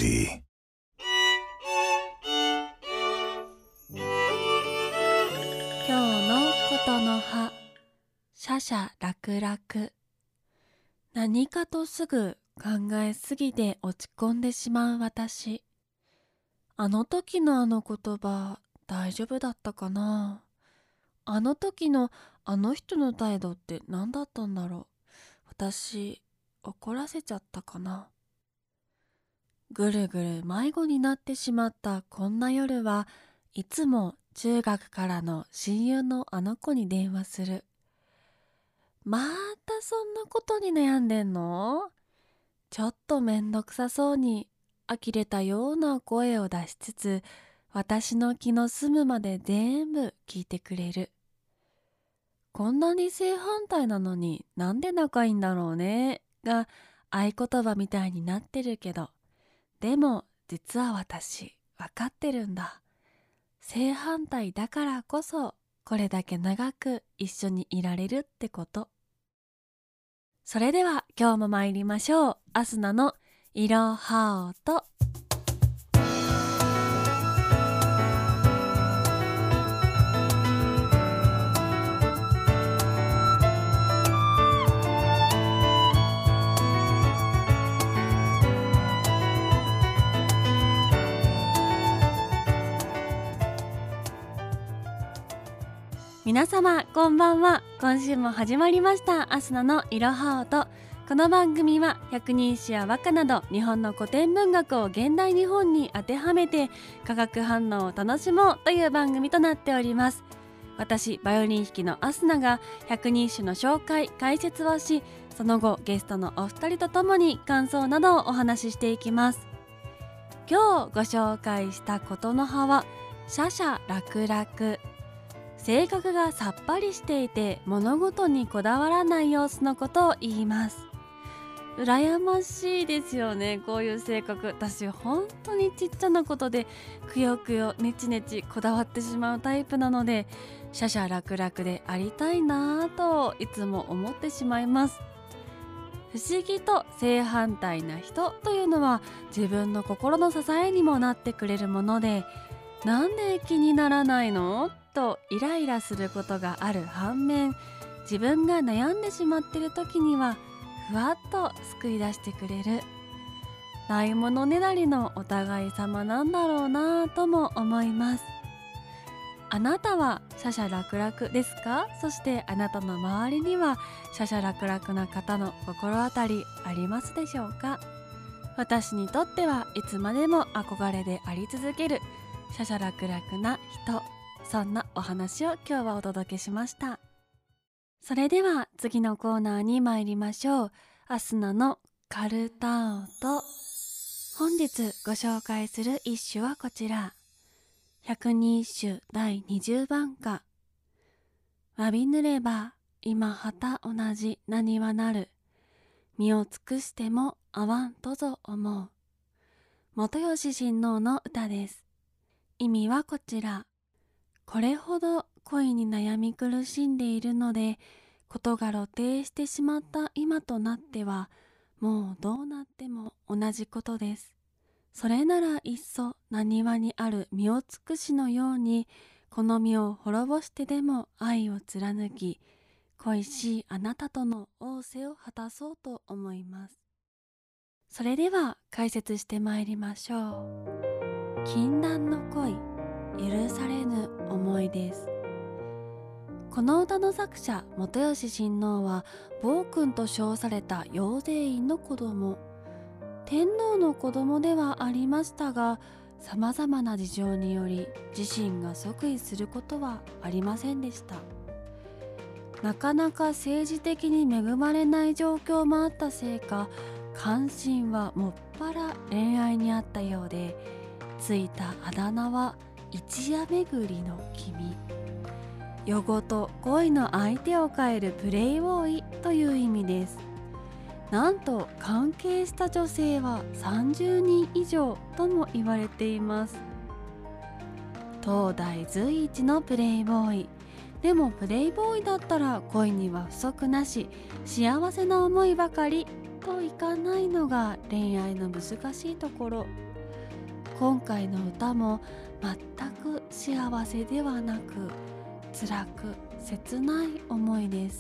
melody. 今日のことの葉、シャシャ楽々。何かとすぐ考えすぎて落ち込んでしまう私。あの時のあの言葉、大丈夫だったかな。あの時のあの人の態度って何だったんだろう。私、怒らせちゃったかな。ぐるぐる迷子になってしまったこんな夜はいつも中学からの親友のあの子に電話する。またそんなことに悩んでんの？ちょっとめんどくさそうに呆れたような声を出しつつ、私の気の済むまで全部聞いてくれる。こんなに正反対なのになんで仲いいんだろうねが合言葉みたいになってるけど、でも実は私分かってるんだ。正反対だからこそこれだけ長く一緒にいられるってこと。それでは今日も参りましょう。アスナのいろはおと。皆様こんばんは。今週も始まりましたアスナのいろはおと。この番組は百人一首や和歌など日本の古典文学を現代日本に当てはめて化学反応を楽しもうという番組となっております。私バイオリン弾きのアスナが百人一首の紹介解説をし、その後ゲストのお二人とともに感想などをお話ししていきます。今日ご紹介したことの葉はシャシャ楽々。性格がさっぱりしていて物事にこだわらない様子のことを言います。羨ましいですよね、こういう性格。私本当にちっちゃなことでくよくよネチネチこだわってしまうタイプなので、シャシャ楽々でありたいなぁといつも思ってしまいます。不思議と正反対な人というのは自分の心の支えにもなってくれるもので、なんで気にならないのとイライラすることがある反面、自分が悩んでしまっている時にはふわっと救い出してくれる。ないものねだりのお互い様なんだろうなとも思います。あなたはシャシャ楽々ですか？そしてあなたの周りにはシャシャ楽々な方の心当たりありますでしょうか？私にとってはいつまでも憧れであり続けるシャシャ楽々な人、そんなお話を今日はお届けしました。それでは次のコーナーに参りましょう。アスナのカルタオと。本日ご紹介する一首はこちら。百人一首第20番歌。わびぬれば今旗同じ何はなる。身を尽くしても合わんとぞ思う。元吉親王の歌です。意味はこちら。これほど恋に悩み苦しんでいるので、ことが露呈してしまった今となっては、もうどうなっても同じことです。それならいっそ浪速にある身を尽くしのように、この身を滅ぼしてでも愛を貫き、恋しいあなたとの仰せを果たそうと思います。それでは解説してまいりましょう。禁断の恋、許されぬ思いです。この歌の作者元吉親王は暴君と称された養生院の子供。天皇の子供ではありましたが、さまざまな事情により自身が即位することはありませんでした。なかなか政治的に恵まれない状況もあったせいか、関心はもっぱら恋愛にあったようで、ついたあだ名は一夜巡りの君。夜ごと恋の相手を変えるプレイボーイという意味です。なんと関係した女性は30人以上とも言われています。当代随一のプレイボーイ。でもプレイボーイだったら恋には不足なし、幸せな思いばかりといかないのが恋愛の難しいところ。 今回の歌も全く幸せではなく辛く切ない思いです。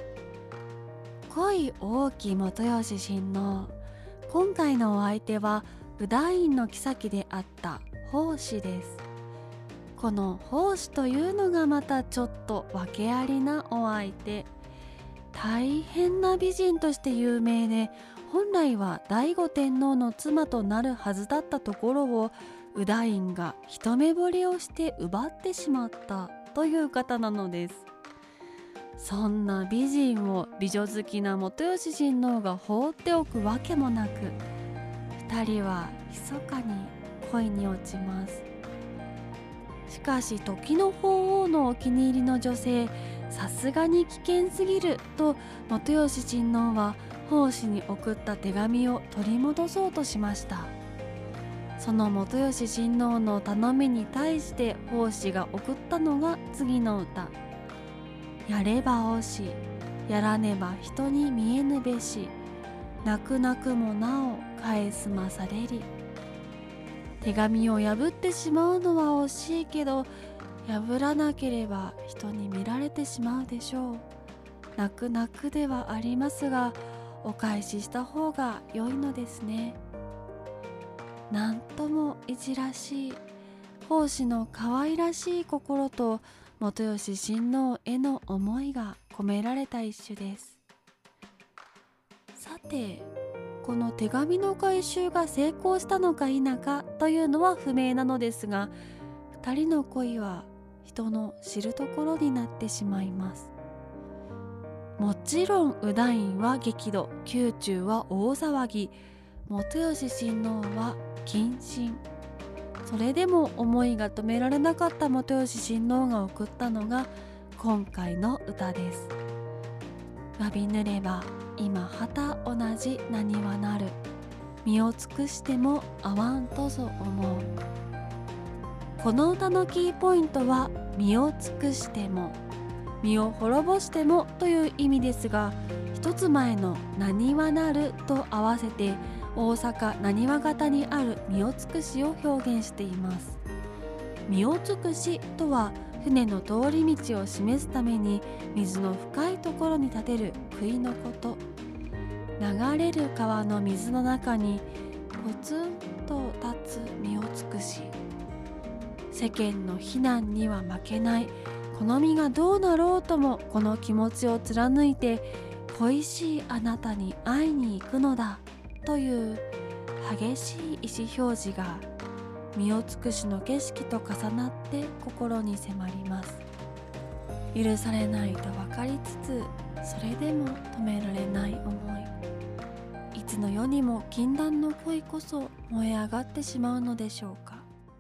恋多き元吉親王、今回のお相手は右大院の妃であった法師です。この法師というのがまたちょっと訳ありなお相手、大変な美人として有名で、本来は醍醐天皇の妻となるはずだったところを右大院が一目惚れをして奪ってしまったという方なのです。そんな美人を美女好きな元吉親王が放っておくわけもなく、二人は密かに恋に落ちます。しかし時の法皇のお気に入りの女性、さすがに危険すぎると元吉親王は法師に送った手紙を取り戻そうとしました。その元吉親王の頼みに対して法師が送ったのが次の歌。やれば惜し、やらねば人に見えぬべし、泣く泣くもなお返すまされり。手紙を破ってしまうのは惜しいけど、破らなければ人に見られてしまうでしょう。泣く泣くではありますが、お返しした方が良いのですね。なんともいじらしい法師の可愛らしい心と元吉親王への思いが込められた一首です。さて、この手紙の回収が成功したのか否かというのは不明なのですが、二人の恋は人の知るところになってしまいます。もちろん右大院は激怒、宮中は大騒ぎ、元吉親王は謹慎。それでも思いが止められなかった元吉親王が送ったのが今回の歌です。わびぬれば今旗同じ何はなる、身を尽くしても合わんとぞ思う。この歌のキーポイントは身を尽くしても、身を滅ぼしてもという意味ですが、一つ前の何はなると合わせて大阪浪速型にある身を尽くしを表現しています。身を尽くしとは船の通り道を示すために水の深いところに立てる杭のこと。流れる川の水の中にポツンと立つ身を尽くし、世間の非難には負けない、この身がどうなろうともこの気持ちを貫いて恋しいあなたに会いに行くのだという激しい意思表示が身を尽くしの景色と重なって心に迫ります。許されないと分かりつつ、それでも止められない思い。いつの世にも禁断の恋こそ燃え上がってしまうのでしょうか。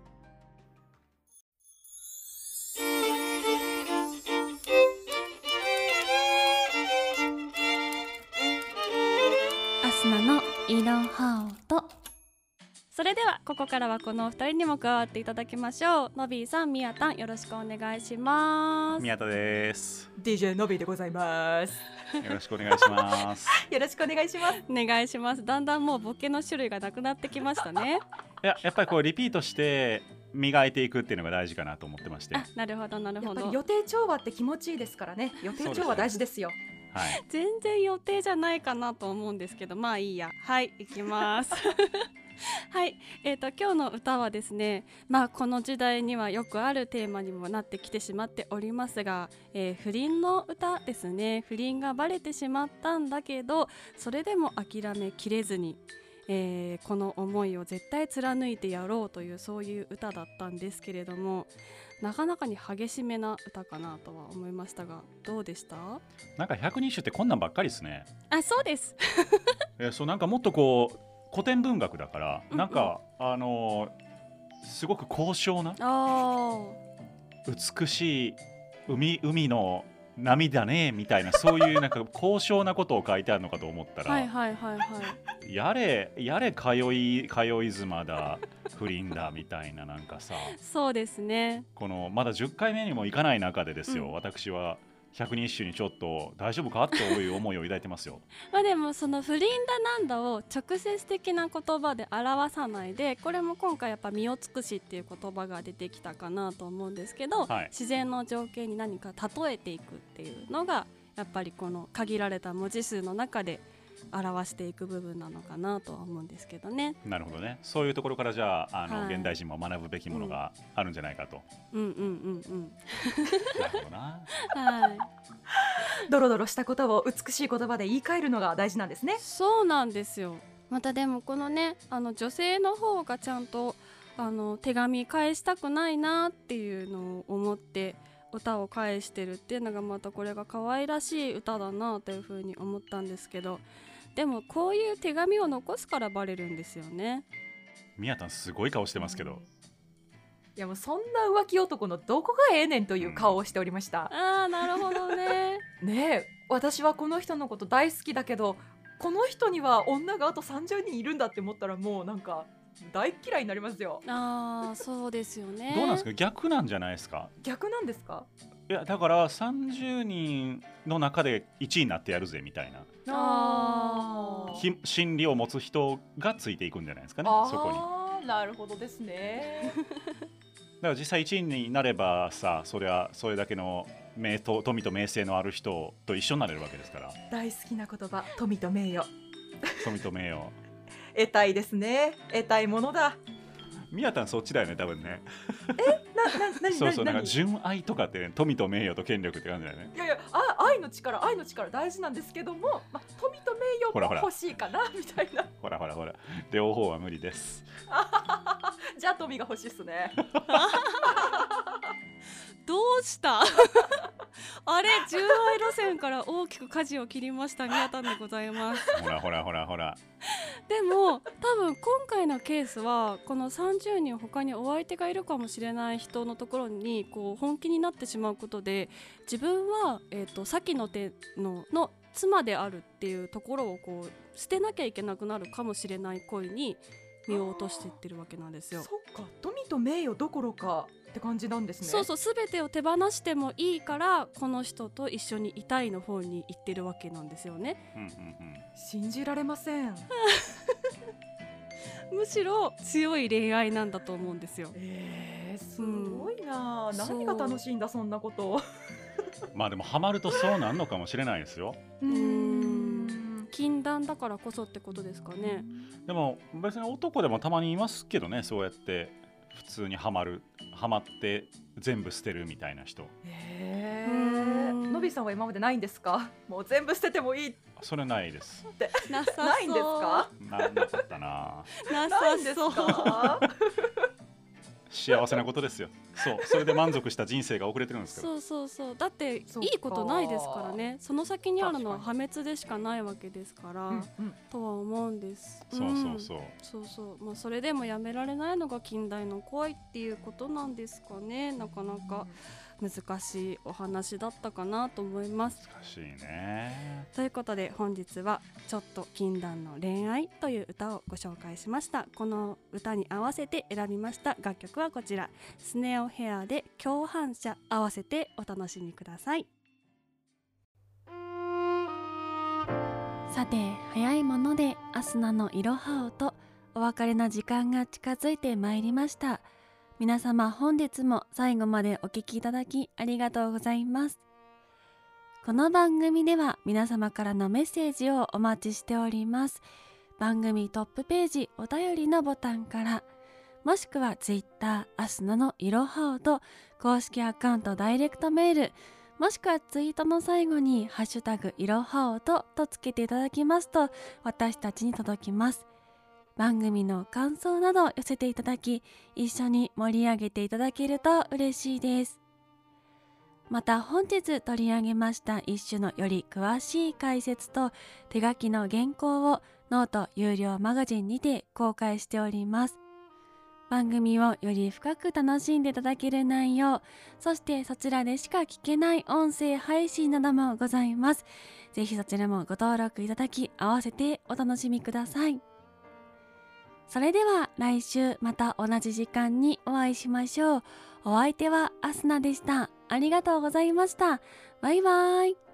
アスナのいろはおと。それではここからはこのお二人にも加わっていただきましょう。のびーさん、みやたん、よろしくお願いします。 宮田です。 DJ のびでございます。 よろしくお願いしますよろしくお願いします。 お願いします。だんだんもうボケの種類がなくなってきましたね。 やっぱりこうリピートして磨いていくっていうのが大事かなと思ってまして。 あ、なるほどなるほど。 やっぱり予定調和って気持ちいいですからね。予定調和大事ですよ。 はい、 全然予定じゃないかなと思うんですけど、まあいいや。はい、行きますはい、今日の歌はですね、この時代にはよくあるテーマにもなってきてしまっておりますが、不倫の歌ですね。不倫がバレてしまったんだけど、それでも諦めきれずに、この思いを絶対貫いてやろうという、そういう歌だったんですけれども、なかなかに激しめな歌かなとは思いましたが、どうでした？ なんか百人一首ってこんなんばっかりですね。 あ、そうですそう、なんかもっとこう古典文学だから、なんかすごく高尚な美しい海の波だねみたいな、そういうなんか高尚なことを書いてあるのかと思ったらやれ通い妻だ不倫だみたいな、なんかさそうですね。 このまだ10回目にもいかない中でですよ、私は百人一首にちょっと大丈夫かっていう思いを抱いてますよ。 まあでもその不倫だなんだを直接的な言葉で表さないで、これも今回やっぱ身を尽くしっていう言葉が出てきたかなと思うんですけど、 はい、 自然の情景に何か例えていくっていうのがやっぱりこの限られた文字数の中で表していく部分なのかなとは思うんですけどね。 なるほどね。そういうところからじゃあ、 はい、 現代人も学ぶべきものがあるんじゃないかと。 うんうんうんうん。 なるほどな。 はい。 ドロドロしたことを美しい言葉で言い換えるのが大事なんですね。 そうなんですよ。またでもこのね、女性の方がちゃんと手紙返したくないなっていうのを思って歌を返してるっていうのがまたこれが可愛らしい歌だなというふうに思ったんですけど、でもこういう手紙を残すからバレるんですよね。 みやたんすごい顔してますけど、 いやもうそんな浮気男のどこがええねんという顔をしておりました、 あーなるほどね。 ねえ、私はこの人のこと大好きだけど、この人には女があと30人いるんだって思ったらもうなんか大嫌いになりますよ。 あーそうですよね。 どうなんですか、逆なんじゃないですか。 逆なんですか。 いやだから30人の中で1位になってやるぜみたいな心理を持つ人がついていくんじゃないですかね、そこに。 なるほどですね。 だから実際1位になればさ、それはそれだけの富と名声のある人と一緒になれるわけですから。 大好きな言葉、富と名誉。 富と名誉得たいですね。得たいものだ。 みやたんそっちだよね多分ね。 何そうそう、なんか純愛とかって、ね、富と名誉と権力って感じだよね。 いやいや、愛の力大事なんですけども、富と名誉も欲しいかなみたいな。 ほら両方は無理です。 じゃあ富が欲しいっすね。 どうしたあれ、純愛路線から大きく舵を切りました宮田でございます。 ほらでも多分今回のケースはこの30人他にお相手がいるかもしれない人のところにこう本気になってしまうことで、自分は、先の手の妻であるっていうところをこう捨てなきゃいけなくなるかもしれない恋に身を落としていってるわけなんですよ。 そっか、富と名誉どころかって感じなんですね。 そう、全てを手放してもいいからこの人と一緒にいたいの方に行ってるわけなんですよね。 信じられません。 むしろ強い恋愛なんだと思うんですよ。 すごいな、何が楽しいんだそんなことまあでもハマるとそうなんのかもしれないですよ。 禁断だからこそってことですかね。 でも別に男でもたまにいますけどね、そうやって普通にハマって全部捨てるみたいな人。 のびさんは今までないんですか。もう全部捨ててもいい。 それないですってなさそう。 ないんですか。 なかったな。 なさそう幸せなことですよ。それで満足した人生が遅れてるんですから。 そうだっていいことないですからね。その先にあるのは破滅でしかないわけですから、とは思うんです。そう、まあ、それでもやめられないのが近代の恋っていうことなんですかね。なかなか難しいお話だったかなと思います。 難しいね。 ということで本日はちょっと禁断の恋愛という歌をご紹介しました。この歌に合わせて選びました楽曲はこちら、スネオヘアで共犯者。合わせてお楽しみください。さて早いものでアスナのいろはおとお別れの時間が近づいてまいりました。皆様本日も最後までお聞きいただきありがとうございます。この番組では皆様からのメッセージをお待ちしております。番組トップページお便りのボタンから、もしくはツイッターアスナのいろはおと公式アカウントダイレクトメール、もしくはツイートの最後にハッシュタグいろはおとつけていただきますと私たちに届きます。番組の感想など寄せていただき、一緒に盛り上げていただけると嬉しいです。また本日取り上げました一種のより詳しい解説と手書きの原稿をノート有料マガジンにて公開しております。番組をより深く楽しんでいただける内容、そしてそちらでしか聞けない音声配信などもございます。ぜひそちらもご登録いただき、合わせてお楽しみください。それでは来週また同じ時間にお会いしましょう。お相手はアスナでした。 ありがとうございました。バイバイ。